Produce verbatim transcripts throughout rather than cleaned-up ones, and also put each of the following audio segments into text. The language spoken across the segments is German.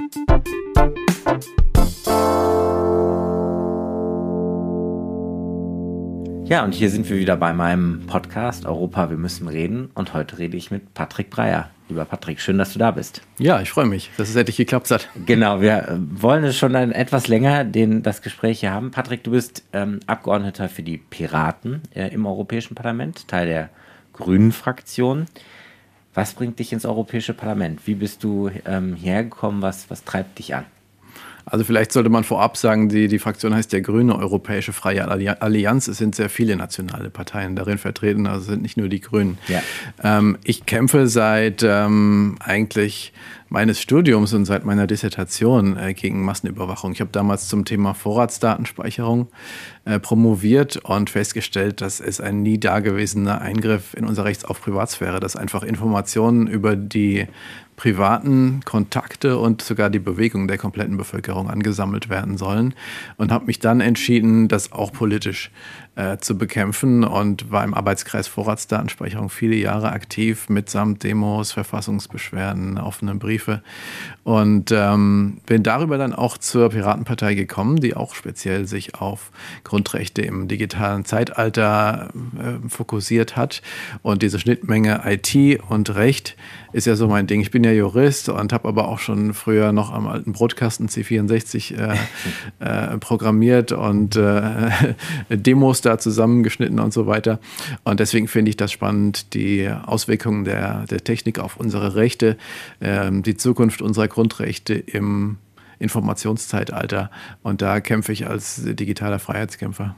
Ja, und hier sind wir wieder bei meinem Podcast Europa, wir müssen reden. Und heute rede ich mit Patrick Breyer. Lieber Patrick, schön, dass du da bist. Ja, ich freue mich, dass es endlich geklappt hat. Genau, wir wollen es schon ein, etwas länger den, das Gespräch hier haben. Patrick, du bist ähm, Abgeordneter für die Piraten äh, im Europäischen Parlament, Teil der Grünen-Fraktion. Was bringt dich ins Europäische Parlament? Wie bist du ähm, hierher gekommen? Was, was treibt dich an? Also vielleicht sollte man vorab sagen, die, die Fraktion heißt ja Grüne Europäische Freie Allianz. Es sind sehr viele nationale Parteien darin vertreten, also sind nicht nur die Grünen. Ja. Ähm, ich kämpfe seit ähm, eigentlich meines Studiums und seit meiner Dissertation äh, gegen Massenüberwachung. Ich habe damals zum Thema Vorratsdatenspeicherung äh, promoviert und festgestellt, dass es ein nie dagewesener Eingriff in unser Recht auf Privatsphäre, dass einfach Informationen über die privaten Kontakte und sogar die Bewegung der kompletten Bevölkerung angesammelt werden sollen und habe mich dann entschieden, das auch politisch äh, zu bekämpfen und war im Arbeitskreis Vorratsdatenspeicherung viele Jahre aktiv mitsamt Demos, Verfassungsbeschwerden, offene Briefe und ähm, bin darüber dann auch zur Piratenpartei gekommen, die auch speziell sich auf Grundrechte im digitalen Zeitalter äh, fokussiert hat und diese Schnittmenge I T und Recht ist ja so mein Ding. Ich bin ja Jurist und habe aber auch schon früher noch am alten Brotkasten C vierundsechzig äh, äh, programmiert und äh, Demos da zusammengeschnitten und so weiter. Und deswegen finde ich das spannend, die Auswirkungen der, der Technik auf unsere Rechte, äh, die Zukunft unserer Grundrechte im Informationszeitalter. Und da kämpfe ich als digitaler Freiheitskämpfer.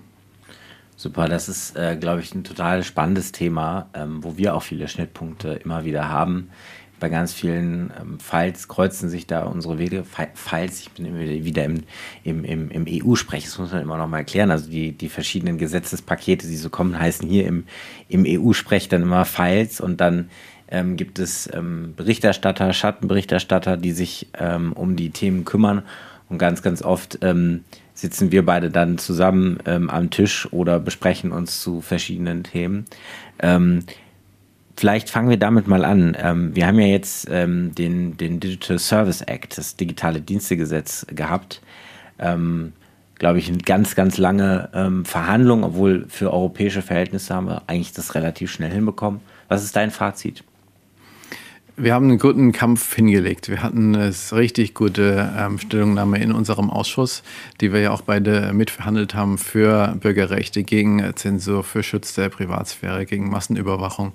Super, das ist, äh, glaube ich, ein total spannendes Thema, ähm, wo wir auch viele Schnittpunkte immer wieder haben. Bei ganz vielen ähm, Files kreuzen sich da unsere Wege. Files, ich bin immer wieder im, im, im, im E U-Sprech, das muss man immer noch mal erklären. Also die, die verschiedenen Gesetzespakete, die so kommen, heißen hier im, im E U-Sprech dann immer Files und dann ähm, gibt es ähm, Berichterstatter, Schattenberichterstatter, die sich ähm, um die Themen kümmern und ganz, ganz oft ähm, sitzen wir beide dann zusammen ähm, am Tisch oder besprechen uns zu verschiedenen Themen. Ähm, vielleicht fangen wir damit mal an. Ähm, wir haben ja jetzt ähm, den, den Digital Service Act, das digitale Dienstegesetz gehabt. Ähm, glaube ich, eine ganz, ganz lange ähm, Verhandlung, obwohl für europäische Verhältnisse haben wir eigentlich das relativ schnell hinbekommen. Was ist dein Fazit? Wir haben einen guten Kampf hingelegt. Wir hatten eine richtig gute ähm, Stellungnahme in unserem Ausschuss, die wir ja auch beide mitverhandelt haben für Bürgerrechte, gegen Zensur, für Schutz der Privatsphäre, gegen Massenüberwachung.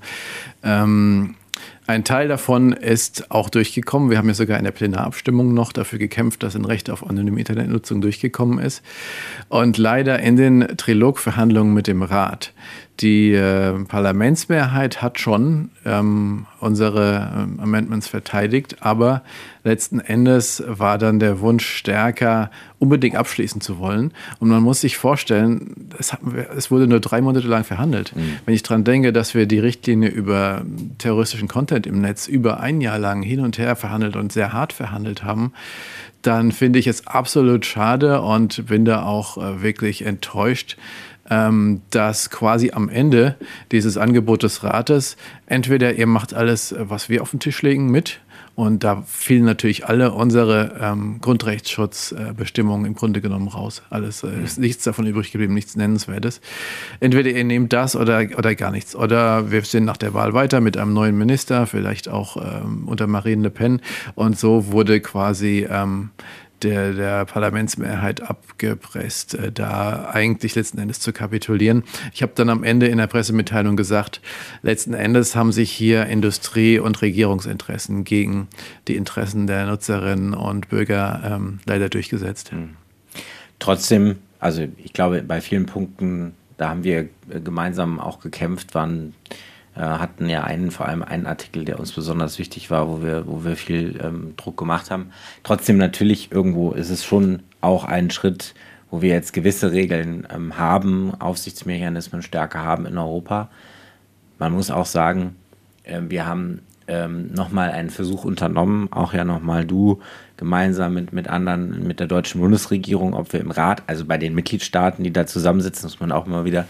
Ähm, Ein Teil davon ist auch durchgekommen. Wir haben ja sogar in der Plenarabstimmung noch dafür gekämpft, dass ein Recht auf anonyme Internetnutzung durchgekommen ist. Und leider in den Trilogverhandlungen mit dem Rat. Die äh, Parlamentsmehrheit hat schon ähm, unsere ähm, Amendments verteidigt, aber letzten Endes war dann der Wunsch stärker, unbedingt abschließen zu wollen. Und man muss sich vorstellen, es, hat, es wurde nur drei Monate lang verhandelt. Mhm. Wenn ich dran denke, dass wir die Richtlinie über terroristischen Content im Netz über ein Jahr lang hin und her verhandelt und sehr hart verhandelt haben, dann finde ich es absolut schade und bin da auch äh, wirklich enttäuscht, dass quasi am Ende dieses Angebot des Rates entweder ihr macht alles, was wir auf den Tisch legen, mit, und da fielen natürlich alle unsere ähm, Grundrechtsschutzbestimmungen im Grunde genommen raus. Alles äh, ist nichts davon übrig geblieben, nichts Nennenswertes. Entweder ihr nehmt das oder, oder gar nichts. Oder wir sind nach der Wahl weiter mit einem neuen Minister, vielleicht auch ähm, unter Marine Le Pen. Und so wurde quasi ähm, Der, der Parlamentsmehrheit abgepresst, äh, da eigentlich letzten Endes zu kapitulieren. Ich habe dann am Ende in der Pressemitteilung gesagt, letzten Endes haben sich hier Industrie- und Regierungsinteressen gegen die Interessen der Nutzerinnen und Bürger ähm, leider durchgesetzt. Mhm. Trotzdem, also ich glaube, bei vielen Punkten, da haben wir gemeinsam auch gekämpft, waren hatten ja einen, vor allem einen Artikel, der uns besonders wichtig war, wo wir, wo wir viel ähm, Druck gemacht haben. Trotzdem natürlich irgendwo ist es schon auch ein Schritt, wo wir jetzt gewisse Regeln ähm, haben, Aufsichtsmechanismen stärker haben in Europa. Man muss auch sagen, äh, wir haben ähm, nochmal einen Versuch unternommen, auch ja nochmal du gemeinsam mit, mit anderen, mit der deutschen Bundesregierung, ob wir im Rat, also bei den Mitgliedstaaten, die da zusammensitzen, muss man auch immer wieder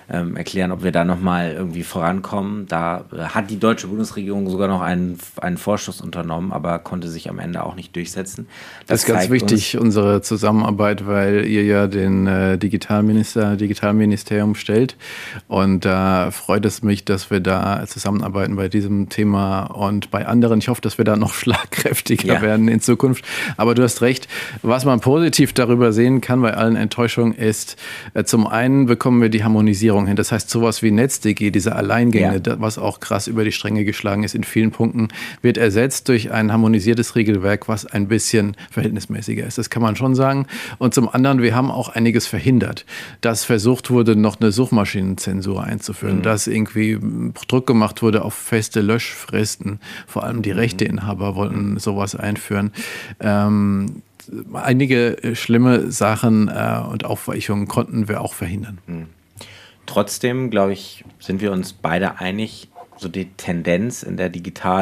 ähm, erklären, ob wir da nochmal irgendwie vorankommen. Da äh, hat die deutsche Bundesregierung sogar noch einen, einen Vorschuss unternommen, aber konnte sich am Ende auch nicht durchsetzen. Das, das ist ganz wichtig, unsere Zusammenarbeit, weil ihr ja den äh, Digitalminister, Digitalministerium stellt. Und da äh, freut es mich, dass wir da zusammenarbeiten bei diesem Thema und bei anderen. Ich hoffe, dass wir da noch schlagkräftiger ja. werden in Zukunft. Aber du hast recht, was man positiv darüber sehen kann bei allen Enttäuschungen ist, äh, zum einen bekommen wir die Harmonisierung hin. Das heißt, sowas wie NetzDG, diese Alleingänge, ja. was auch krass über die Stränge geschlagen ist in vielen Punkten, wird ersetzt durch ein harmonisiertes Regelwerk, was ein bisschen verhältnismäßiger ist. Das kann man schon sagen. Und zum anderen, wir haben auch einiges verhindert, dass versucht wurde, noch eine Suchmaschinenzensur einzuführen, mhm. dass irgendwie Druck gemacht wurde auf feste Löschfristen. Vor allem die mhm. Rechteinhaber wollten sowas einführen. Ähm, einige schlimme Sachen äh, und Aufweichungen konnten wir auch verhindern. Mhm. Trotzdem, glaube ich, sind wir uns beide einig, so die Tendenz in der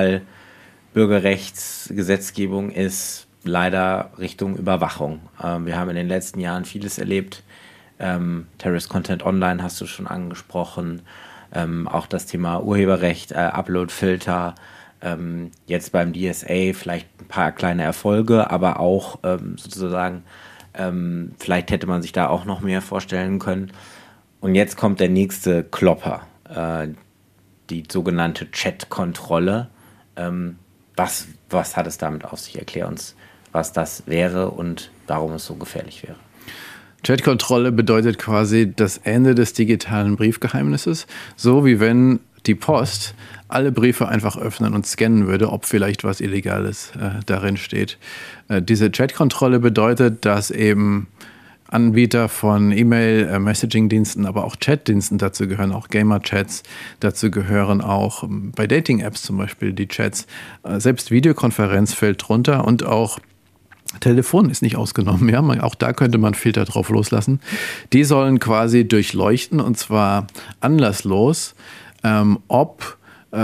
Digital-Bürgerrechtsgesetzgebung ist leider Richtung Überwachung. Ähm, wir haben in den letzten Jahren vieles erlebt. Ähm, Terrorist Content Online hast du schon angesprochen. Ähm, auch das Thema Urheberrecht, äh, Upload-Filter. Ähm, jetzt beim D S A vielleicht ein paar kleine Erfolge, aber auch ähm, sozusagen, ähm, vielleicht hätte man sich da auch noch mehr vorstellen können. Und jetzt kommt der nächste Klopper, äh, die sogenannte Chat-Kontrolle. Ähm, was, was hat es damit auf sich? Erklär uns, was das wäre und warum es so gefährlich wäre. Chat-Kontrolle bedeutet quasi das Ende des digitalen Briefgeheimnisses, so wie wenn die Post alle Briefe einfach öffnen und scannen würde, ob vielleicht was Illegales äh, darin steht. Äh, diese Chat-Kontrolle bedeutet, dass eben Anbieter von E-Mail-Messaging-Diensten, aber auch Chat-Diensten dazu gehören, auch Gamer-Chats dazu gehören, auch bei Dating-Apps zum Beispiel die Chats. Selbst Videokonferenz fällt drunter und auch Telefon ist nicht ausgenommen. Ja? Auch da könnte man Filter drauf loslassen. Die sollen quasi durchleuchten und zwar anlasslos, ähm, ob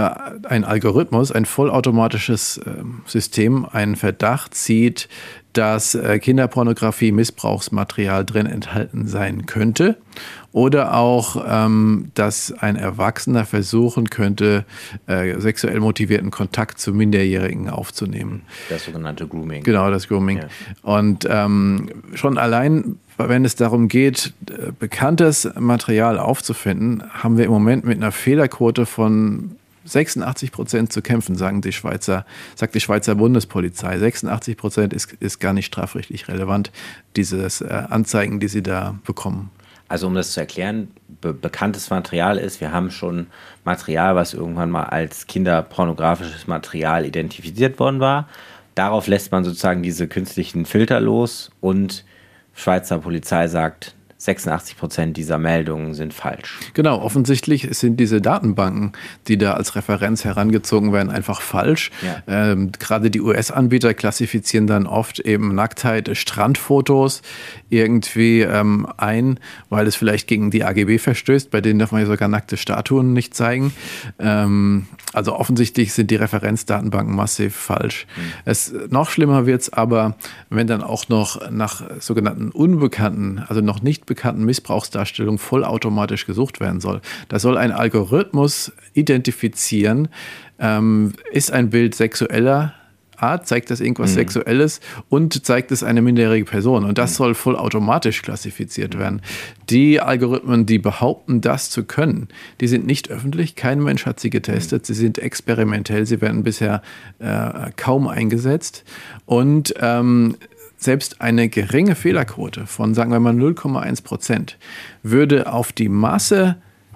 ein Algorithmus, ein vollautomatisches System einen Verdacht zieht, dass Kinderpornografie, Missbrauchsmaterial drin enthalten sein könnte oder auch, ähm, dass ein Erwachsener versuchen könnte, äh, sexuell motivierten Kontakt zu Minderjährigen aufzunehmen. Das sogenannte Grooming. Genau, das Grooming. Ja. Und ähm, schon allein, wenn es darum geht, bekanntes Material aufzufinden, haben wir im Moment mit einer Fehlerquote von sechsundachtzig Prozent zu kämpfen, sagen die Schweizer, sagt die Schweizer Bundespolizei. sechsundachtzig Prozent ist, ist gar nicht strafrechtlich relevant, dieses äh, Anzeigen, die sie da bekommen. Also um das zu erklären, be- bekanntes Material ist, wir haben schon Material, was irgendwann mal als kinderpornografisches Material identifiziert worden war. Darauf lässt man sozusagen diese künstlichen Filter los und Schweizer Polizei sagt, sechsundachtzig Prozent dieser Meldungen sind falsch. Genau, offensichtlich sind diese Datenbanken, die da als Referenz herangezogen werden, einfach falsch. Ja. Ähm, gerade die U S-Anbieter klassifizieren dann oft eben Nacktheit, Strandfotos irgendwie ähm, ein, weil es vielleicht gegen die A G B verstößt. Bei denen darf man ja sogar nackte Statuen nicht zeigen. Ähm, also offensichtlich sind die Referenzdatenbanken massiv falsch. Mhm. Es, noch schlimmer wird es aber, wenn dann auch noch nach sogenannten unbekannten, also noch nicht bekannten Missbrauchsdarstellungen vollautomatisch gesucht werden soll. Da soll ein Algorithmus identifizieren, ähm, ist ein Bild sexueller Art, zeigt das irgendwas mhm. Sexuelles und zeigt es eine minderjährige Person. Und das mhm. soll vollautomatisch klassifiziert werden. Die Algorithmen, die behaupten, das zu können, die sind nicht öffentlich. Kein Mensch hat sie getestet. Mhm. Sie sind experimentell. Sie werden bisher äh, kaum eingesetzt. Und ähm, selbst eine geringe Fehlerquote von, sagen wir mal, null Komma eins Prozent würde auf die Masse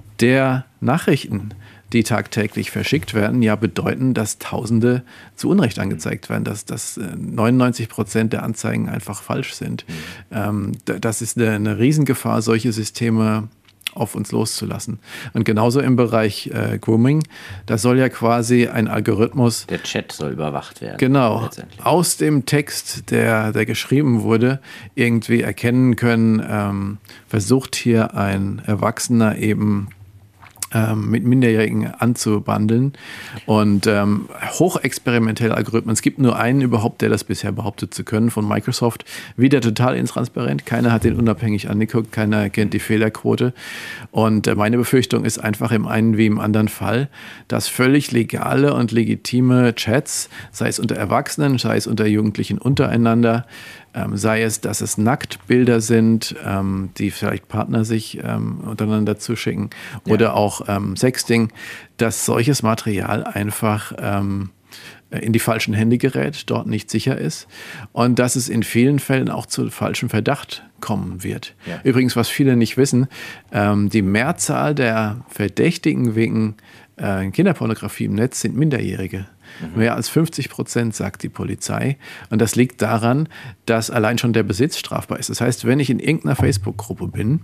der Nachrichten, die tagtäglich verschickt werden, ja bedeuten, dass Tausende zu Unrecht angezeigt werden, dass, dass neunundneunzig Prozent der Anzeigen einfach falsch sind. Mhm. Ähm, das ist eine, eine Riesengefahr, solche Systeme auf uns loszulassen. Und genauso im Bereich äh, Grooming, da soll ja quasi ein Algorithmus... Der Chat soll überwacht werden. Genau, aus dem Text, der, der geschrieben wurde, irgendwie erkennen können, ähm, versucht hier ein Erwachsener eben ähm, mit Minderjährigen anzubandeln und ähm, hochexperimentelle Algorithmen. Es gibt nur einen überhaupt, der das bisher behauptet zu können, von Microsoft. Wieder total intransparent. Keiner hat den unabhängig angeguckt, keiner kennt die Fehlerquote. Und äh, meine Befürchtung ist einfach im einen wie im anderen Fall, dass völlig legale und legitime Chats, sei es unter Erwachsenen, sei es unter Jugendlichen untereinander, Ähm, sei es, dass es Nacktbilder sind, ähm, die vielleicht Partner sich ähm, untereinander zuschicken, oder ja. auch ähm, Sexting, dass solches Material einfach ähm, in die falschen Hände gerät, dort nicht sicher ist und dass es in vielen Fällen auch zu falschem Verdacht kommen wird. Ja. Übrigens, was viele nicht wissen, ähm, die Mehrzahl der Verdächtigen wegen äh, Kinderpornografie im Netz sind Minderjährige. Mhm. Mehr als fünfzig Prozent, sagt die Polizei. Und das liegt daran, dass allein schon der Besitz strafbar ist. Das heißt, wenn ich in irgendeiner Facebook-Gruppe bin,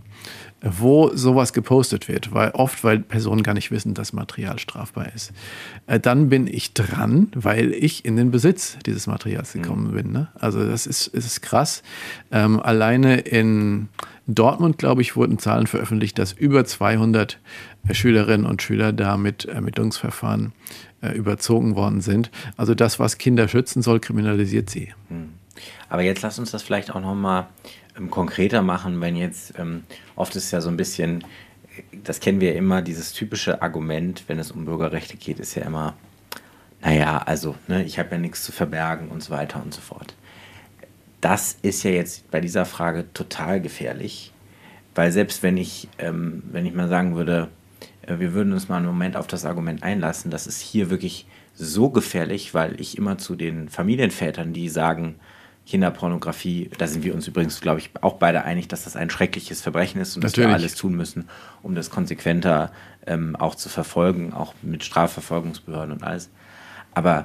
wo sowas gepostet wird, weil oft, weil Personen gar nicht wissen, dass Material strafbar ist, dann bin ich dran, weil ich in den Besitz dieses Materials gekommen mhm. bin. Ne? Also das ist, ist krass. Ähm, alleine in Dortmund, glaube ich, wurden Zahlen veröffentlicht, dass über zweihundert Schülerinnen und Schüler da mit Ermittlungsverfahren äh, überzogen worden sind. Also das, was Kinder schützen soll, kriminalisiert sie. Aber jetzt lass uns das vielleicht auch nochmal ähm, konkreter machen, wenn jetzt, ähm, oft ist ja so ein bisschen, das kennen wir ja immer, dieses typische Argument, wenn es um Bürgerrechte geht, ist ja immer, naja, also ne, ich habe ja nichts zu verbergen und so weiter und so fort. Das ist ja jetzt bei dieser Frage total gefährlich, weil selbst wenn ich, ähm, wenn ich mal sagen würde, äh, wir würden uns mal einen Moment auf das Argument einlassen, das ist hier wirklich so gefährlich, weil ich immer zu den Familienvätern, die sagen, Kinderpornografie, da sind wir uns übrigens, glaube ich, auch beide einig, dass das ein schreckliches Verbrechen ist und Natürlich. dass wir alles tun müssen, um das konsequenter ähm, auch zu verfolgen, auch mit Strafverfolgungsbehörden und alles. Aber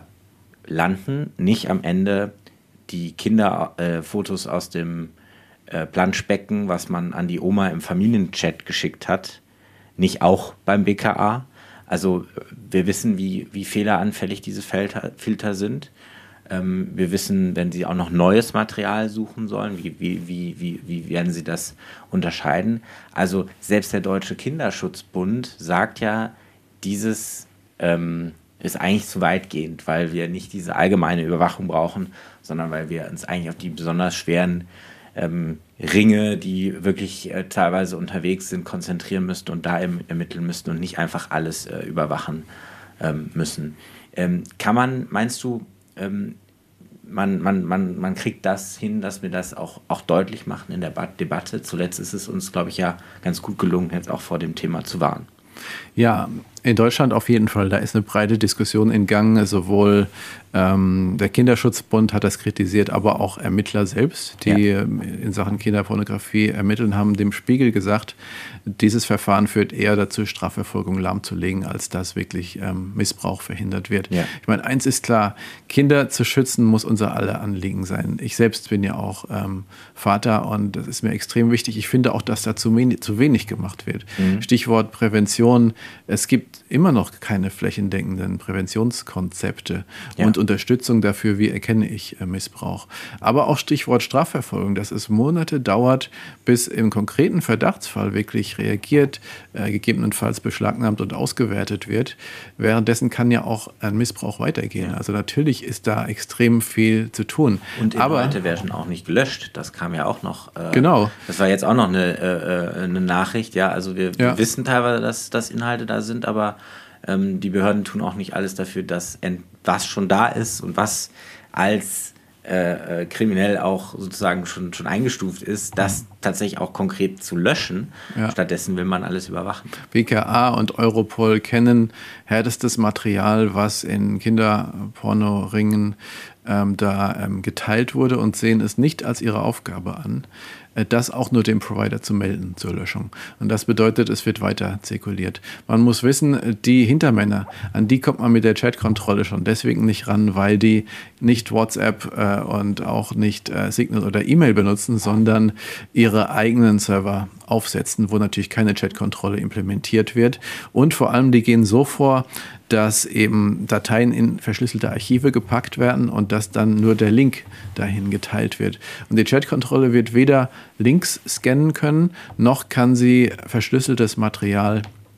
landen nicht am Ende die Kinderfotos äh, aus dem äh, Planschbecken, was man an die Oma im Familienchat geschickt hat, nicht auch beim B K A? Also wir wissen, wie, wie fehleranfällig diese Filter, Filter sind. Ähm, wir wissen, wenn sie auch noch neues Material suchen sollen, wie, wie, wie, wie, wie werden sie das unterscheiden? Also selbst der Deutsche Kinderschutzbund sagt ja, dieses ähm, ist eigentlich zu weitgehend, weil wir nicht diese allgemeine Überwachung brauchen, sondern weil wir uns eigentlich auf die besonders schweren ähm, Ringe, die wirklich äh, teilweise unterwegs sind, konzentrieren müssten und da im, ermitteln müssten und nicht einfach alles äh, überwachen ähm, müssen. Ähm, kann man, meinst du, ähm, man, man, man, man kriegt das hin, dass wir das auch, auch deutlich machen in der ba- Debatte? Zuletzt ist es uns, glaube ich, ja ganz gut gelungen, jetzt auch vor dem Thema zu warnen. Ja, in Deutschland auf jeden Fall. Da ist eine breite Diskussion in Gang. Sowohl ähm, der Kinderschutzbund hat das kritisiert, aber auch Ermittler selbst, die ja. in Sachen Kinderpornografie ermitteln, haben dem Spiegel gesagt, dieses Verfahren führt eher dazu, Strafverfolgung lahmzulegen, als dass wirklich ähm, Missbrauch verhindert wird. Ja. Ich meine, eins ist klar, Kinder zu schützen muss unser aller Anliegen sein. Ich selbst bin ja auch ähm, Vater und das ist mir extrem wichtig. Ich finde auch, dass da zu wenig, zu wenig gemacht wird. Mhm. Stichwort Prävention. Es gibt immer noch keine flächendeckenden Präventionskonzepte ja. und Unterstützung dafür, wie erkenne ich äh, Missbrauch. Aber auch Stichwort Strafverfolgung, dass es Monate dauert, bis im konkreten Verdachtsfall wirklich reagiert, äh, gegebenenfalls beschlagnahmt und ausgewertet wird. Währenddessen kann ja auch ein Missbrauch weitergehen. Ja. Also natürlich ist da extrem viel zu tun. Und Inhalte werden auch nicht gelöscht. Das kam ja auch noch. Äh, genau. Das war jetzt auch noch eine, äh, eine Nachricht. Ja, also wir, ja. wir wissen teilweise, dass, dass Inhalte da sind, aber ähm, die Behörden tun auch nicht alles dafür, dass ent- was schon da ist und was als Äh, äh, kriminell auch sozusagen schon, schon eingestuft ist, das tatsächlich auch konkret zu löschen. Ja. Stattdessen will man alles überwachen. B K A und Europol kennen härtestes Material, was in Kinderpornoringen ähm, da ähm, geteilt wurde und sehen es nicht als ihre Aufgabe an, äh, das auch nur dem Provider zu melden zur Löschung. Und das bedeutet, es wird weiter zirkuliert. Man muss wissen, die Hintermänner, an die kommt man mit der Chatkontrolle schon deswegen nicht ran, weil die nicht WhatsApp äh, und auch nicht äh, Signal oder E-Mail benutzen, sondern ihre eigenen Server aufsetzen, wo natürlich keine Chatkontrolle implementiert wird. Und vor allem, die gehen so vor, dass eben Dateien in verschlüsselte Archive gepackt werden und dass dann nur der Link dahin geteilt wird. Und die Chatkontrolle wird weder Links scannen können, noch kann sie verschlüsseltes Material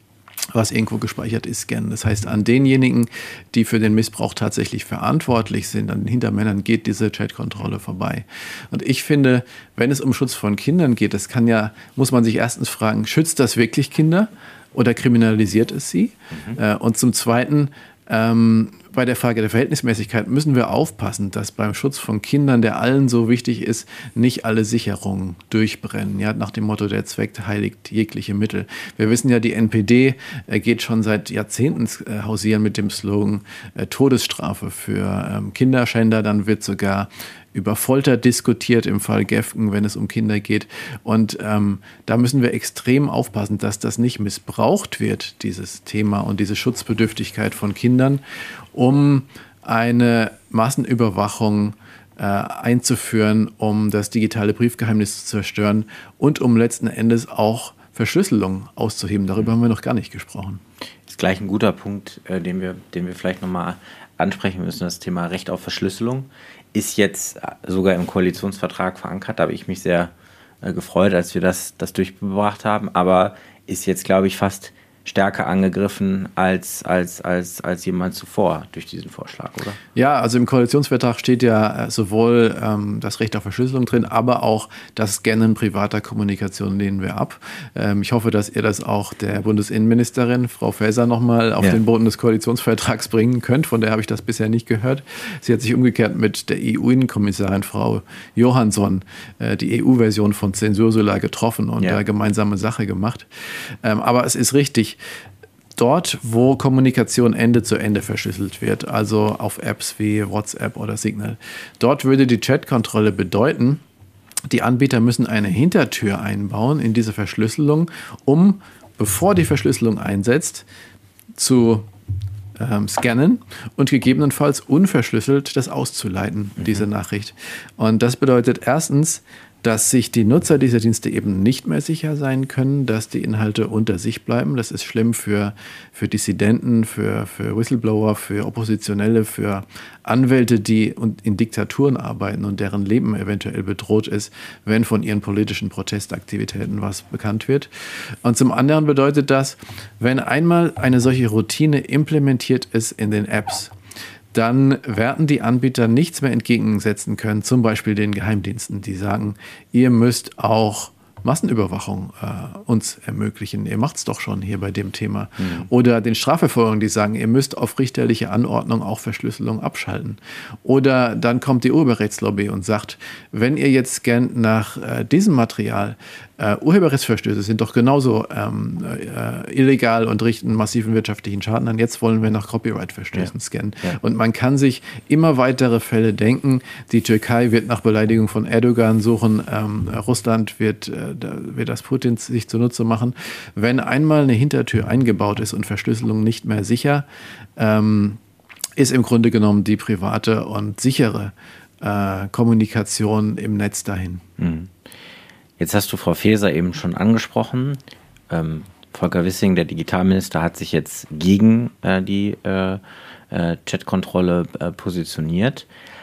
was irgendwo gespeichert ist, scannen. Das heißt, an denjenigen, die für den Missbrauch tatsächlich verantwortlich sind, an den Hintermännern geht diese Chatkontrolle vorbei. Und ich finde, wenn es um Schutz von Kindern geht, das kann ja, muss man sich erstens fragen, schützt das wirklich Kinder oder kriminalisiert es sie? Mhm. Äh, und zum Zweiten, ähm, bei der Frage der Verhältnismäßigkeit müssen wir aufpassen, dass beim Schutz von Kindern, der allen so wichtig ist, nicht alle Sicherungen durchbrennen. Ja, nach dem Motto, der Zweck heiligt jegliche Mittel. Wir wissen ja, die N P D äh, geht schon seit Jahrzehnten äh, hausieren mit dem Slogan äh, Todesstrafe für ähm, Kinderschänder. Dann wird sogar über Folter diskutiert im Fall Gefgen, wenn es um Kinder geht. Und ähm, da müssen wir extrem aufpassen, dass das nicht missbraucht wird, dieses Thema und diese Schutzbedürftigkeit von Kindern, um eine Massenüberwachung äh, einzuführen, um das digitale Briefgeheimnis zu zerstören und um letzten Endes auch Verschlüsselung auszuheben. Darüber haben wir noch gar nicht gesprochen. Das ist gleich ein guter Punkt, äh, den wir, den wir vielleicht nochmal ansprechen müssen. Das Thema Recht auf Verschlüsselung ist jetzt sogar im Koalitionsvertrag verankert. Da habe ich mich sehr äh, gefreut, als wir das, das durchgebracht haben. Aber ist jetzt, glaube ich, fast stärker angegriffen als, als, als, als jemals zuvor durch diesen Vorschlag, oder? Ja, also im Koalitionsvertrag steht ja sowohl ähm, das Recht auf Verschlüsselung drin, aber auch das Scannen privater Kommunikation lehnen wir ab. Ähm, ich hoffe, dass ihr das auch der Bundesinnenministerin, Frau Faeser, nochmal auf ja. den Boden des Koalitionsvertrags bringen könnt. Von der habe ich das bisher nicht gehört. Sie hat sich umgekehrt mit der E U-Innenkommissarin Frau Johansson äh, die E U-Version von Zensursula getroffen und ja. da gemeinsame Sache gemacht. Ähm, aber es ist richtig, dort, wo Kommunikation Ende zu Ende verschlüsselt wird, also auf Apps wie WhatsApp oder Signal, dort würde die Chatkontrolle bedeuten, die Anbieter müssen eine Hintertür einbauen in diese Verschlüsselung, um, bevor die Verschlüsselung einsetzt, zu ähm, scannen und gegebenenfalls unverschlüsselt das auszuleiten, mhm. diese Nachricht. Und das bedeutet erstens, dass sich die Nutzer dieser Dienste eben nicht mehr sicher sein können, dass die Inhalte unter sich bleiben. Das ist schlimm für, für Dissidenten, für, für Whistleblower, für Oppositionelle, für Anwälte, die in Diktaturen arbeiten und deren Leben eventuell bedroht ist, wenn von ihren politischen Protestaktivitäten was bekannt wird. Und zum anderen bedeutet das, wenn einmal eine solche Routine implementiert ist in den Apps, dann werden die Anbieter nichts mehr entgegensetzen können, zum Beispiel den Geheimdiensten, die sagen, ihr müsst auch Massenüberwachung äh, uns ermöglichen. Ihr macht es doch schon hier bei dem Thema. Mhm. Oder den Strafverfolgern, die sagen, ihr müsst auf richterliche Anordnung auch Verschlüsselung abschalten. Oder dann kommt die Urheberrechtslobby und sagt, wenn ihr jetzt scannt nach äh, diesem Material, äh, Urheberrechtsverstöße sind doch genauso ähm, äh, illegal und richten massiven wirtschaftlichen Schaden an. Jetzt wollen wir nach Copyright-Verstößen ja. scannen. Ja. Und man kann sich immer weitere Fälle denken. Die Türkei wird nach Beleidigung von Erdogan suchen. Ähm, Russland wird, äh, da wird das Putin sich zunutze machen. Wenn einmal eine Hintertür eingebaut ist und Verschlüsselung nicht mehr sicher, ähm, ist im Grunde genommen die private und sichere äh, Kommunikation im Netz dahin. Mhm. Jetzt hast du Frau Faeser eben schon angesprochen. Ähm, Volker Wissing, der Digitalminister, hat sich jetzt gegen äh, die äh, äh, Chatkontrolle äh, positioniert.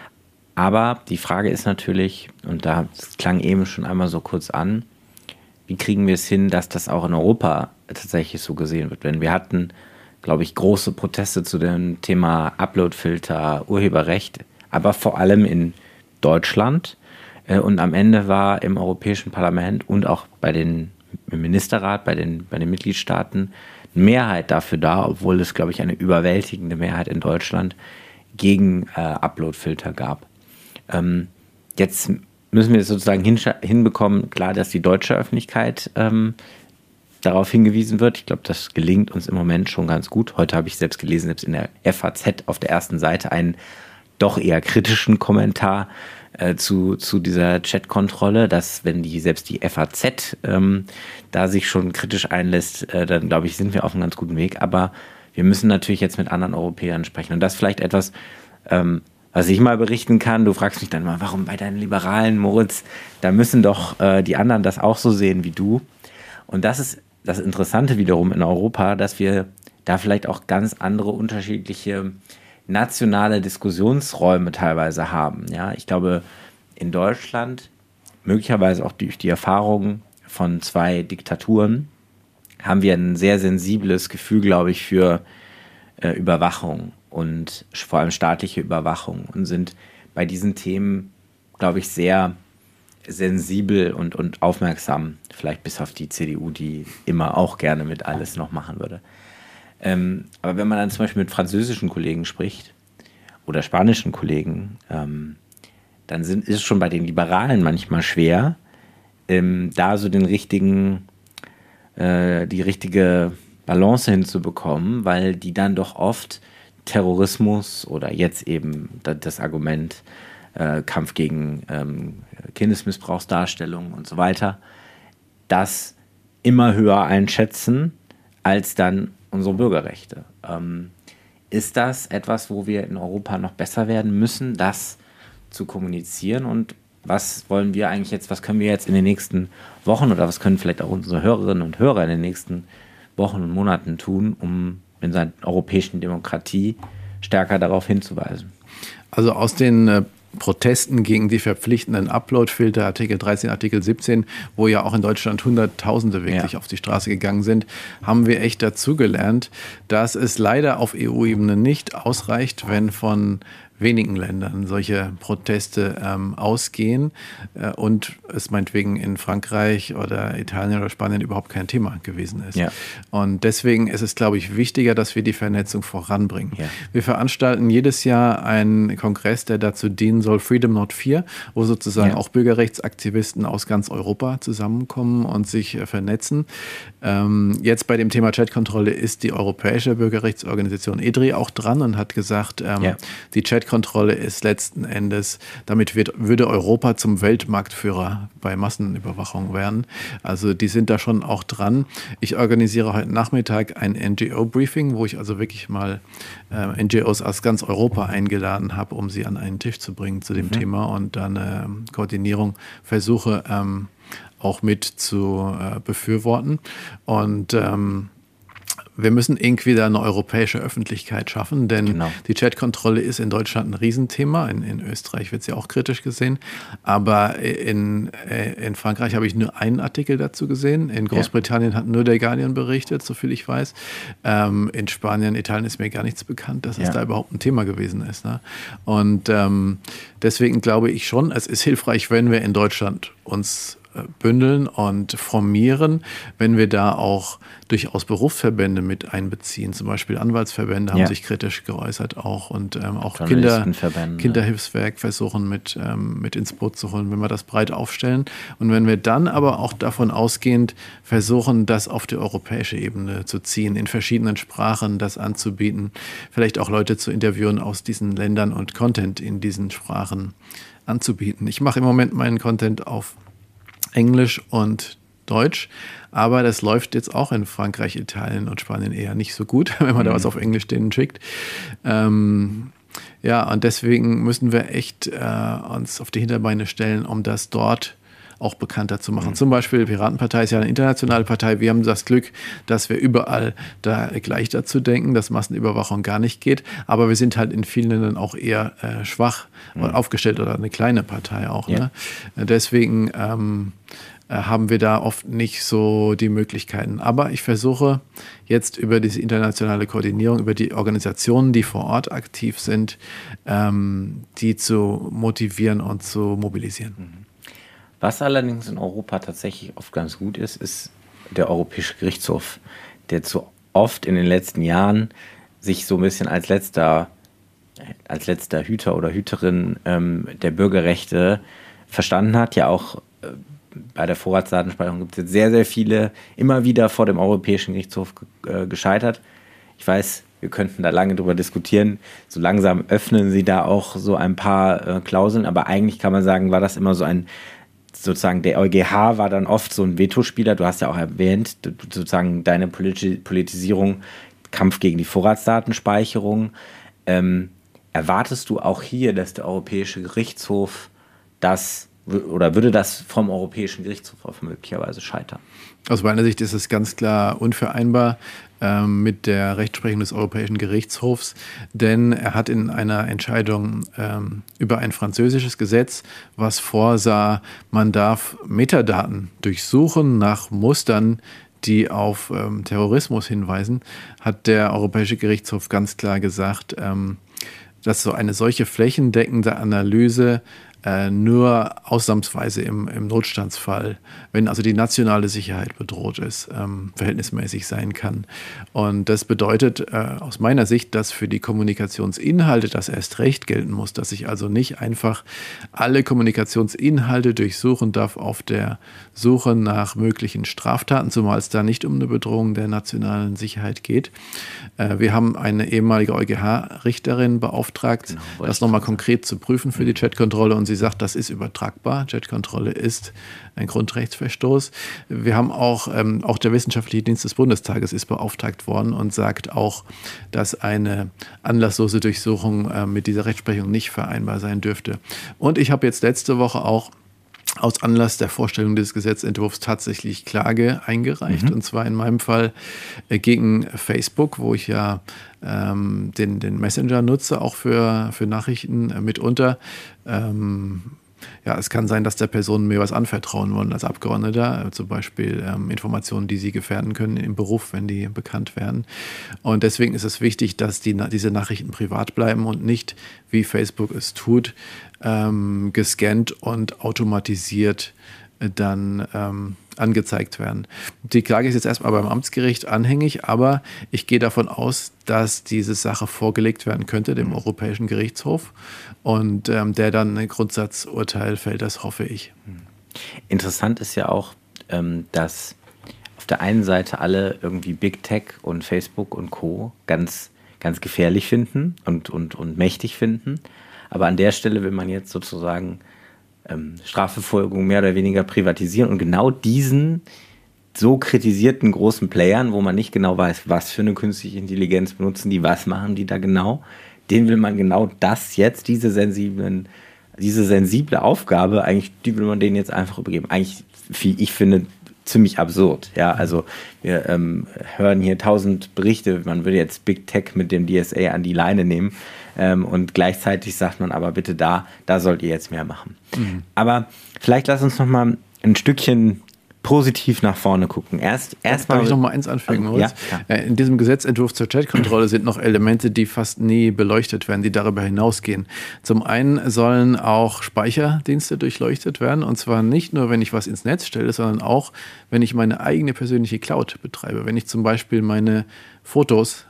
Aber die Frage ist natürlich, und da das klang eben schon einmal so kurz an, wie kriegen wir es hin, dass das auch in Europa tatsächlich so gesehen wird? Denn wir hatten, glaube ich, große Proteste zu dem Thema Uploadfilter, Urheberrecht, aber vor allem in Deutschland. Und am Ende war im Europäischen Parlament und auch bei den, im Ministerrat, bei den, bei den Mitgliedstaaten eine Mehrheit dafür da, obwohl es, glaube ich, eine überwältigende Mehrheit in Deutschland gegen äh, Uploadfilter gab. Ähm, jetzt müssen wir sozusagen hinbekommen, klar, dass die deutsche Öffentlichkeit ähm, darauf hingewiesen wird. Ich glaube, das gelingt uns im Moment schon ganz gut. Heute habe ich selbst gelesen, selbst in der F A Z auf der ersten Seite einen doch eher kritischen Kommentar äh, zu, zu dieser Chatkontrolle, dass wenn die selbst die F A Z ähm, da sich schon kritisch einlässt, äh, dann glaube ich, sind wir auf einem ganz guten Weg. Aber wir müssen natürlich jetzt mit anderen Europäern sprechen. Und das ist vielleicht etwas, ähm, was ich mal berichten kann. Du fragst mich dann mal, warum bei deinen Liberalen, Moritz, da müssen doch äh, die anderen das auch so sehen wie du. Und das ist das Interessante wiederum in Europa, dass wir da vielleicht auch ganz andere unterschiedliche nationale Diskussionsräume teilweise haben. Ja, ich glaube, in Deutschland, möglicherweise auch durch die Erfahrungen von zwei Diktaturen, haben wir ein sehr sensibles Gefühl, glaube ich, für äh, Überwachung und vor allem staatliche Überwachung und sind bei diesen Themen, glaube ich, sehr sensibel und, und aufmerksam, vielleicht bis auf die C D U, die immer auch gerne mit alles noch machen würde. Ähm, aber wenn man dann zum Beispiel mit französischen Kollegen spricht oder spanischen Kollegen, ähm, dann sind, ist es schon bei den Liberalen manchmal schwer, ähm, da so den richtigen, äh, die richtige Balance hinzubekommen, weil die dann doch oft Terrorismus oder jetzt eben das Argument äh, Kampf gegen ähm, Kindesmissbrauchsdarstellung und so weiter, das immer höher einschätzen als dann unsere Bürgerrechte. Ähm, ist das etwas, wo wir in Europa noch besser werden müssen, das zu kommunizieren? Und was wollen wir eigentlich jetzt, was können wir jetzt in den nächsten Wochen oder was können vielleicht auch unsere Hörerinnen und Hörer in den nächsten Wochen und Monaten tun, um in seiner europäischen Demokratie stärker darauf hinzuweisen? Also aus den äh, Protesten gegen die verpflichtenden Upload-Filter, Artikel dreizehn, Artikel siebzehn, wo ja auch in Deutschland Hunderttausende wirklich ja. auf die Straße gegangen sind, haben wir echt dazugelernt, dass es leider auf E U-Ebene nicht ausreicht, wenn von wenigen Ländern solche Proteste ähm, ausgehen äh, und es meinetwegen in Frankreich oder Italien oder Spanien überhaupt kein Thema gewesen ist. Ja. Und deswegen ist es, glaube ich, wichtiger, dass wir die Vernetzung voranbringen. Ja. Wir veranstalten jedes Jahr einen Kongress, der dazu dienen soll, Freedom Not Fear, wo sozusagen ja. auch Bürgerrechtsaktivisten aus ganz Europa zusammenkommen und sich äh, vernetzen. Ähm, jetzt bei dem Thema Chatkontrolle ist die Europäische Bürgerrechtsorganisation E D R I auch dran und hat gesagt, ähm, ja. die Chat Kontrolle ist letzten Endes, damit wird, würde Europa zum Weltmarktführer bei Massenüberwachung werden. Also die sind da schon auch dran. Ich organisiere heute Nachmittag ein N G O-Briefing, wo ich also wirklich mal äh, N G Os aus ganz Europa eingeladen habe, um sie an einen Tisch zu bringen zu dem mhm. Thema und dann äh, Koordinierung versuche ähm, auch mit zu äh, befürworten. Und ähm, wir müssen irgendwie da eine europäische Öffentlichkeit schaffen, denn genau. die Chatkontrolle ist in Deutschland ein Riesenthema. In, in Österreich wird sie auch kritisch gesehen. Aber in, in Frankreich habe ich nur einen Artikel dazu gesehen. In Großbritannien ja. hat nur der Guardian berichtet, soviel ich weiß. Ähm, in Spanien, Italien ist mir gar nichts bekannt, dass ja. es da überhaupt ein Thema gewesen ist. Ne? Und ähm, deswegen glaube ich schon, es ist hilfreich, wenn wir in Deutschland uns bündeln und formieren, wenn wir da auch durchaus Berufsverbände mit einbeziehen. Zum Beispiel Anwaltsverbände haben ja. sich kritisch geäußert auch und ähm, auch Kinder, Kinderhilfswerk versuchen mit, ähm, mit ins Boot zu holen, wenn wir das breit aufstellen. Und wenn wir dann aber auch davon ausgehend versuchen, das auf die europäische Ebene zu ziehen, in verschiedenen Sprachen das anzubieten, vielleicht auch Leute zu interviewen aus diesen Ländern und Content in diesen Sprachen anzubieten. Ich mache im Moment meinen Content auf Englisch und Deutsch, aber das läuft jetzt auch in Frankreich, Italien und Spanien eher nicht so gut, wenn man mhm. da was auf Englisch denen schickt. Ähm, ja, und deswegen müssen wir echt äh, uns auf die Hinterbeine stellen, um das dort auch bekannter zu machen. Mhm. Zum Beispiel die Piratenpartei ist ja eine internationale Partei. Wir haben das Glück, dass wir überall da gleich dazu denken, dass Massenüberwachung gar nicht geht. Aber wir sind halt in vielen Ländern auch eher äh, schwach mhm. aufgestellt oder eine kleine Partei auch. Ja. Ne? Deswegen ähm, haben wir da oft nicht so die Möglichkeiten. Aber ich versuche jetzt über diese internationale Koordinierung, über die Organisationen, die vor Ort aktiv sind, ähm, die zu motivieren und zu mobilisieren. Mhm. Was allerdings in Europa tatsächlich oft ganz gut ist, ist der Europäische Gerichtshof, der zu oft in den letzten Jahren sich so ein bisschen als letzter, als letzter Hüter oder Hüterin ähm, der Bürgerrechte verstanden hat. Ja, auch äh, bei der Vorratsdatenspeicherung gibt es jetzt sehr, sehr viele immer wieder vor dem Europäischen Gerichtshof äh, gescheitert. Ich weiß, wir könnten da lange drüber diskutieren. So langsam öffnen sie da auch so ein paar äh, Klauseln, aber eigentlich kann man sagen, war das immer so ein sozusagen der EuGH war dann oft so ein Vetospieler. Du hast ja auch erwähnt, sozusagen deine Politisierung, Kampf gegen die Vorratsdatenspeicherung. Ähm, erwartest du auch hier, dass der Europäische Gerichtshof das oder würde das vom Europäischen Gerichtshof auch möglicherweise scheitern? Aus meiner Sicht ist es ganz klar unvereinbar ähm, mit der Rechtsprechung des Europäischen Gerichtshofs, denn er hat in einer Entscheidung ähm, über ein französisches Gesetz, was vorsah, man darf Metadaten durchsuchen nach Mustern, die auf ähm, Terrorismus hinweisen, hat der Europäische Gerichtshof ganz klar gesagt, ähm, dass so eine solche flächendeckende Analyse äh, nur ausnahmsweise im, im Notstandsfall, wenn also die nationale Sicherheit bedroht ist, ähm, verhältnismäßig sein kann. Und das bedeutet äh, aus meiner Sicht, dass für die Kommunikationsinhalte das erst recht gelten muss, dass ich also nicht einfach alle Kommunikationsinhalte durchsuchen darf auf der Suche nach möglichen Straftaten, zumal es da nicht um eine Bedrohung der nationalen Sicherheit geht. Äh, wir haben eine ehemalige EuGH-Richterin beauftragt, genau, das nochmal konkret zu prüfen für die Chatkontrolle, und sie sagt, das ist übertragbar. Chatkontrolle ist ein Grundrechtsverstoß. Wir haben auch, ähm, auch der Wissenschaftliche Dienst des Bundestages ist beauftragt worden und sagt auch, dass eine anlasslose Durchsuchung äh, mit dieser Rechtsprechung nicht vereinbar sein dürfte. Und ich habe jetzt letzte Woche auch aus Anlass der Vorstellung des Gesetzentwurfs tatsächlich Klage eingereicht. Mhm. Und zwar in meinem Fall äh, gegen Facebook, wo ich ja ähm, den, den Messenger nutze, auch für, für Nachrichten äh, mitunter. Ähm, ja, es kann sein, dass der Personen mir was anvertrauen wollen als Abgeordneter, äh, zum Beispiel ähm, Informationen, die sie gefährden können im Beruf, wenn die bekannt werden. Und deswegen ist es wichtig, dass die, diese Nachrichten privat bleiben und nicht, wie Facebook es tut, ähm, gescannt und automatisiert äh, dann ähm, angezeigt werden. Die Klage ist jetzt erstmal beim Amtsgericht anhängig, aber ich gehe davon aus, dass diese Sache vorgelegt werden könnte dem Europäischen Gerichtshof und ähm, der dann ein Grundsatzurteil fällt, das hoffe ich. Interessant ist ja auch, ähm, dass auf der einen Seite alle irgendwie Big Tech und Facebook und Co. ganz, ganz gefährlich finden und, und, und mächtig finden, aber an der Stelle will man jetzt sozusagen Ähm, Strafverfolgung mehr oder weniger privatisieren und genau diesen so kritisierten großen Playern, wo man nicht genau weiß, was für eine künstliche Intelligenz benutzen die, was machen die da genau, denen will man genau das jetzt, diese sensiblen, diese sensible Aufgabe, eigentlich, die will man denen jetzt einfach übergeben. Eigentlich, wie ich finde, ziemlich absurd. Ja, also wir ähm, hören hier tausend Berichte, man würde jetzt Big Tech mit dem D S A an die Leine nehmen. Ähm, und gleichzeitig sagt man aber bitte da, da sollt ihr jetzt mehr machen. Mhm. Aber vielleicht lass uns noch mal ein Stückchen positiv nach vorne gucken. Erst, erst Darf mal, ich noch mal eins anfügen? Also, ja, in diesem Gesetzentwurf zur Chatkontrolle sind noch Elemente, die fast nie beleuchtet werden, die darüber hinausgehen. Zum einen sollen auch Speicherdienste durchleuchtet werden, und zwar nicht nur, wenn ich was ins Netz stelle, sondern auch, wenn ich meine eigene persönliche Cloud betreibe. Wenn ich zum Beispiel meine Fotos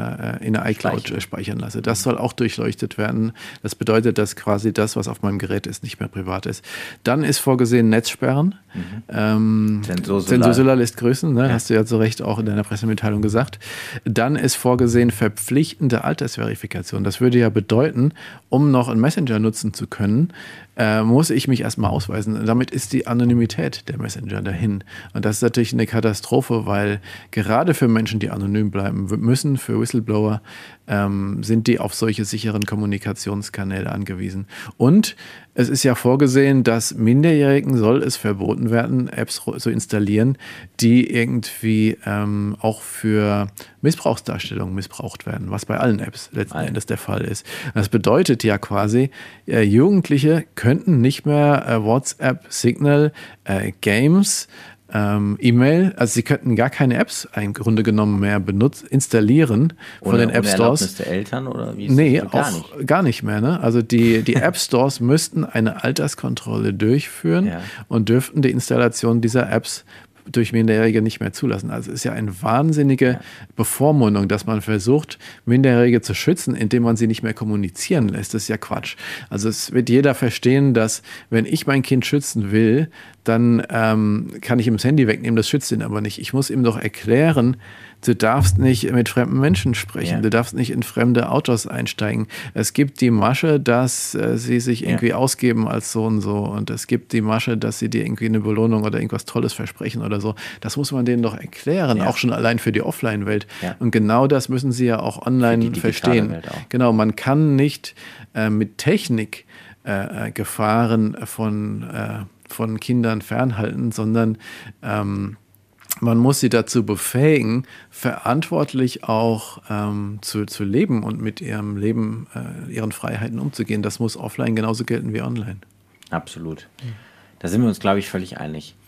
in der iCloud speichern. speichern lasse. Das soll auch durchleuchtet werden. Das bedeutet, dass quasi das, was auf meinem Gerät ist, nicht mehr privat ist. Dann ist vorgesehen Netzsperren. Mhm. Ähm, Zensursolar lässt grüßen, ne? Ja. Hast du ja zu Recht auch in deiner Pressemitteilung gesagt. Dann ist vorgesehen verpflichtende Altersverifikation. Das würde ja bedeuten, um noch einen Messenger nutzen zu können, äh, muss ich mich erstmal ausweisen. Damit ist die Anonymität der Messenger dahin. Und das ist natürlich eine Katastrophe, weil gerade für Menschen, die anonym bleiben müssen, für Whistleblower, ähm, sind die auf solche sicheren Kommunikationskanäle angewiesen. Und es ist ja vorgesehen, dass Minderjährigen soll es verboten werden, Apps zu installieren, die irgendwie ähm, auch für Missbrauchsdarstellungen missbraucht werden, was bei allen Apps letzten Nein. Endes der Fall ist. Das bedeutet ja quasi, äh, Jugendliche könnten nicht mehr äh, WhatsApp, Signal, äh, Games, Ähm, E-Mail, also sie könnten gar keine Apps im Grunde genommen mehr benutzen, installieren von ohne, den App Stores. Ohne Erlaubnis der Eltern oder wie ist nee, das? Gar auch nicht. gar nicht mehr. Ne? Also die, die App Stores müssten eine Alterskontrolle durchführen ja. und dürften die Installation dieser Apps durch Minderjährige nicht mehr zulassen. Also es ist ja eine wahnsinnige ja. Bevormundung, dass man versucht, Minderjährige zu schützen, indem man sie nicht mehr kommunizieren lässt. Das ist ja Quatsch. Also es wird jeder verstehen, dass wenn ich mein Kind schützen will, dann ähm, kann ich ihm das Handy wegnehmen, das schützt ihn aber nicht. Ich muss ihm doch erklären, du darfst nicht mit fremden Menschen sprechen, ja. du darfst nicht in fremde Autos einsteigen. Es gibt die Masche, dass äh, sie sich irgendwie ja. ausgeben als so und so, und es gibt die Masche, dass sie dir irgendwie eine Belohnung oder irgendwas Tolles versprechen oder so. Das muss man denen doch erklären, ja. auch schon allein für die Offline-Welt. Ja. Und genau das müssen sie ja auch online verstehen. Genau, man kann nicht äh, mit Technik äh, Gefahren von äh, von Kindern fernhalten, sondern ähm, man muss sie dazu befähigen, verantwortlich auch ähm, zu, zu leben und mit ihrem Leben, äh, ihren Freiheiten umzugehen. Das muss offline genauso gelten wie online. Absolut. Da sind wir uns, glaube ich, völlig einig.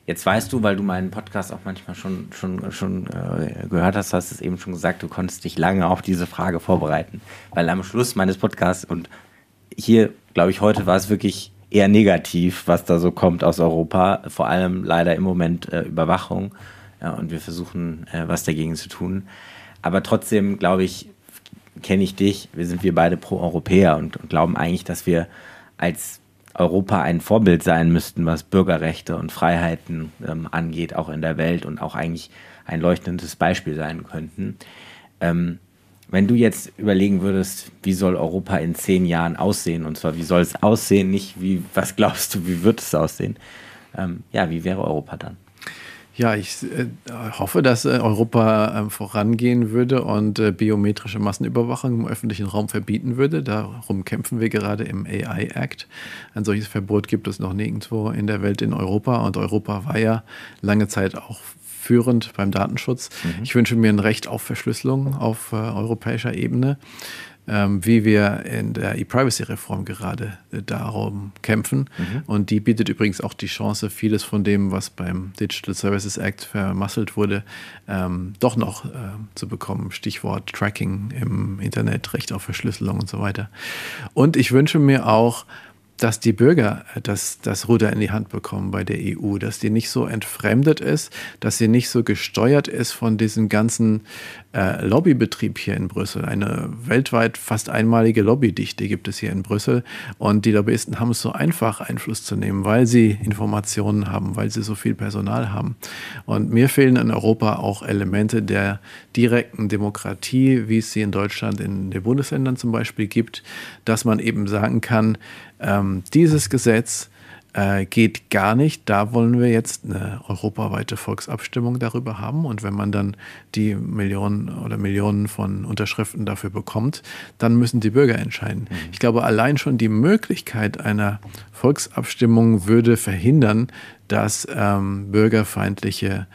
Jetzt weißt du, weil du meinen Podcast auch manchmal schon, schon, schon äh, gehört hast, hast es eben schon gesagt, du konntest dich lange auf diese Frage vorbereiten. Weil am Schluss meines Podcasts und hier, glaube ich, heute war es wirklich eher negativ, was da so kommt aus Europa. Vor allem leider im Moment äh, Überwachung. Ja, und wir versuchen, äh, was dagegen zu tun. Aber trotzdem, glaube ich, kenne ich dich, wir sind wir beide Pro-Europäer und, und glauben eigentlich, dass wir als Europa ein Vorbild sein müssten, was Bürgerrechte und Freiheiten ähm, angeht, auch in der Welt und auch eigentlich ein leuchtendes Beispiel sein könnten. Ähm, wenn du jetzt überlegen würdest, wie soll Europa in zehn Jahren aussehen, und zwar wie soll es aussehen, nicht wie, was glaubst du, wie wird es aussehen? Ähm, ja, wie wäre Europa dann? Ja, ich äh, hoffe, dass äh, Europa äh, vorangehen würde und äh, biometrische Massenüberwachung im öffentlichen Raum verbieten würde. Darum kämpfen wir gerade im A I-Act. Ein solches Verbot gibt es noch nirgendwo in der Welt in Europa. Und Europa war ja lange Zeit auch führend beim Datenschutz. Mhm. Ich wünsche mir ein Recht auf Verschlüsselung auf äh, europäischer Ebene, ähm, wie wir in der E-Privacy-Reform gerade äh, darum kämpfen. Mhm. Und die bietet übrigens auch die Chance, vieles von dem, was beim Digital Services Act vermasselt wurde, ähm, doch noch äh, zu bekommen. Stichwort Tracking im Internet, Recht auf Verschlüsselung und so weiter. Und ich wünsche mir auch, dass die Bürger das, das Ruder in die Hand bekommen bei der E U, dass die nicht so entfremdet ist, dass sie nicht so gesteuert ist von diesem ganzen äh, Lobbybetrieb hier in Brüssel. Eine weltweit fast einmalige Lobbydichte gibt es hier in Brüssel und die Lobbyisten haben es so einfach, Einfluss zu nehmen, weil sie Informationen haben, weil sie so viel Personal haben. Und mir fehlen in Europa auch Elemente der direkten Demokratie, wie es sie in Deutschland in den Bundesländern zum Beispiel gibt, dass man eben sagen kann, Ähm, dieses Gesetz äh, geht gar nicht. Da wollen wir jetzt eine europaweite Volksabstimmung darüber haben. Und wenn man dann die Millionen oder Millionen von Unterschriften dafür bekommt, dann müssen die Bürger entscheiden. Mhm. Ich glaube, allein schon die Möglichkeit einer Volksabstimmung würde verhindern, dass ähm, bürgerfeindliche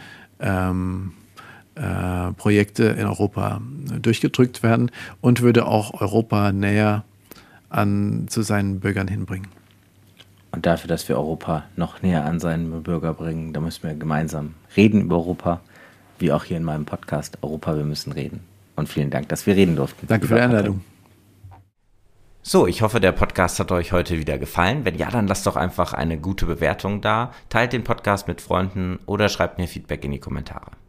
ähm, äh, Projekte in Europa durchgedrückt werden und würde auch Europa näher an, zu seinen Bürgern hinbringen. Und dafür, dass wir Europa noch näher an seinen Bürger bringen, da müssen wir gemeinsam reden über Europa, wie auch hier in meinem Podcast Europa, wir müssen reden. Und vielen Dank, dass wir reden durften. Danke für die Einladung. So, ich hoffe, der Podcast hat euch heute wieder gefallen. Wenn ja, dann lasst doch einfach eine gute Bewertung da, teilt den Podcast mit Freunden oder schreibt mir Feedback in die Kommentare.